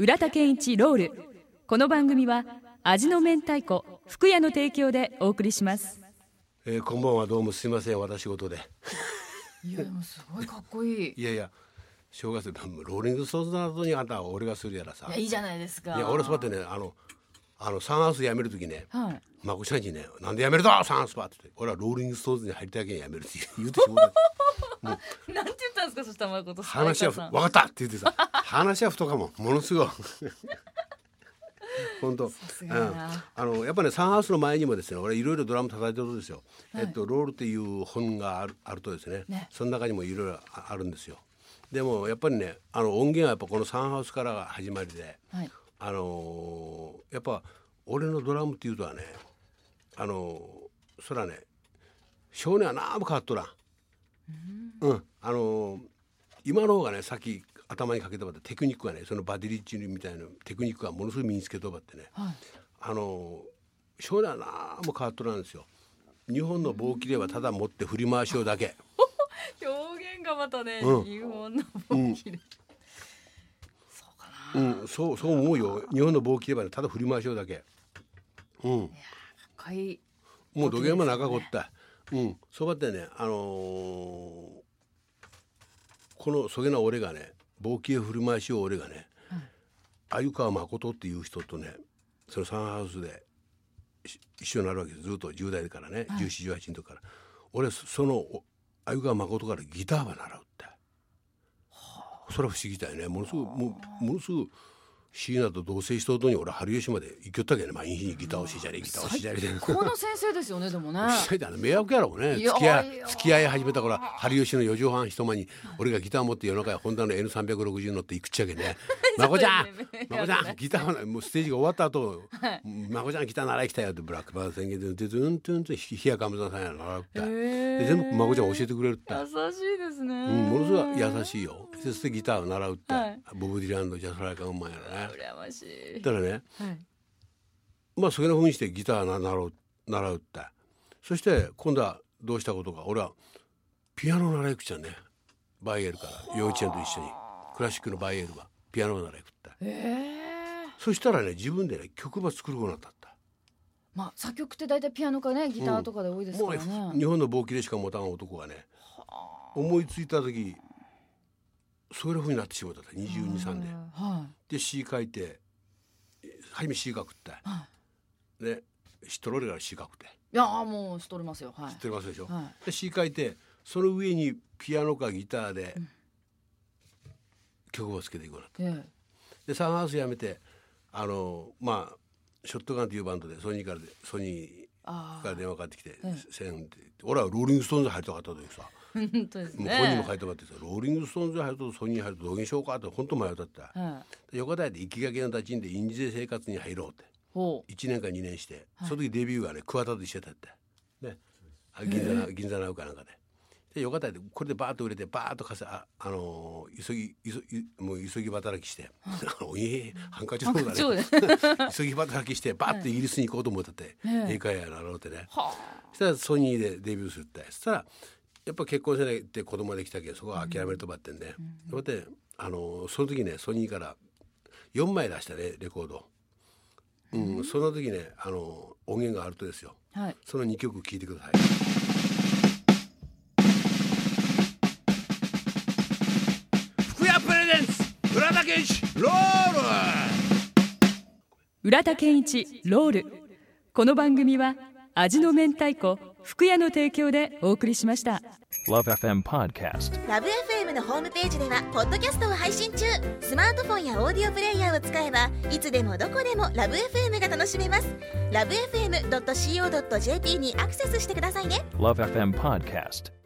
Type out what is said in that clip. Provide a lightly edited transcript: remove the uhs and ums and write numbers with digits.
浦田健一ロール。この番組は味の明太子福屋の提供でお送りします。 こんばんは。どうもすいません、私事で。 いやでもすごいかっこいい。 いやいや、正月ローリングストーンズの後にあんたは俺がするやらさ。 いやいいじゃないですか。 いや俺そうやってね、サンハウス辞める時ね、 はい、 まこちゃんにね、なんで辞めるだサンハウスはって言って、俺はローリングストーンズに入りたいけん辞めるって言うてしまったなんて言ったんですか。そしたら誠さん、 話は分かったって言ってさ、話は太かもものすごい本当。やっぱね、サンハウスの前にもですね、俺いろいろドラム叩いてるとですよ、ロールっていう本があるとですね、その中にもいろいろあるんですよ。でもやっぱりね、音源はやっぱこのサンハウスからが始まりで、はい、やっぱ俺のドラムっていうとはね、そらね、少年は何も変わっとらん。今の方がね、さっき頭にかけてもらったテクニックがね、そのバディリッチみたいなテクニックがものすごい身につけとばってね、はい、少年は何も変わっとらんですよ。日本の棒切れはただ持って振り回しようだけ。 表現がまたね、日本の棒切れ、そうかな、 そう思うよ。日本の棒切れはね、ただ振り回しようだけ。いや、 かっこいい。 もう土下も長こった。そうばってね、このそげな俺がね、棒切れ振り回しよう俺がね、鮎川誠っていう人とね、そのサンハウスで一緒になるわけです。ずっと10代からね、14、18の時から。俺その鮎川誠からギターは習うって。それは不思議だよね。ものすごく椎名と同棲しとうとに俺春吉まで行きよったけどね、毎日にギターをしじゃりギターをしじゃりで。 この先生ですよね。でもね、 迷惑やろうね。付き合い始めたから春吉の4畳半一間に俺がギター持って夜中やホンダの N360 乗って行くっちゃけね。まこちゃんギターもうステージが終わった後、まこちゃんギター習い来たよってブラックバード宣言でズントゥンと日谷亀田さんや習ったで、全部まこちゃん教えてくれるって。 優しいですね。 ものすごい優しいよ。そしてギターを習うって、ボブ・ディランドジャスライカーマンやらね。 羨ましい。 だからね、まあそういうふうにしてギター習うって。そして今度はどうしたことか、俺はピアノ習いくちゃね、バイエルから幼稚園と一緒にクラシックのバイエルはピアノを習いくって、そしたらね、自分でね曲ば作るようになったって。 まあ作曲って大体ピアノかね、ギターとかで多いですからね。 もう日本の棒切れしか持たん男がね、思いついた時そういう風になってしまった。22、3年で詩書いて、初め詩書くって、で知っとる俺から詩書くって。 いやもう知っとりますよ。 知ってますでしょ。で詩書いて、その上にピアノかギターで曲をつけていくなって、でサンハウスやめて、まあショットガンというバンドでソニーから電話かかってきて、俺はローリングストーンズ入りたかったというさ。 本当ですね。 もう本にも書いてもらってさ、ローリングストーンズ入るとソニー入るとどうにしようかって本当迷ったって、横田で生きがけの立ちんで印字で生活に入ろうって1年か2年して、その時デビューがね桑田と一緒だったってね、銀座ナウかなんかで横田でこれでバーッと売れて、バーッともう急ぎ働きしてハンカチの方だね急ぎ働きしてバーッとイギリスに行こうと思ってて、英会話やろうってね。そしたらソニーでデビューするって。そしたらやっぱ結婚しないって子供できたけど、そこは諦めるとばってんで、その時ねソニーから4枚出したねレコード、その時ね音源があるとですよ、その2曲聴いてください。福屋プレゼンツ浦田健一ロール。 浦田健一ロール。この番組は味の明太子福屋の提供でお送りしました。 LoveFM Podcast。 LoveFM のホームページではポッドキャストを配信中。スマートフォンやオーディオプレイヤーを使えばいつでもどこでも LoveFM が楽しめます。 LoveFM.co.jp にアクセスしてくださいね。 LoveFM Podcast。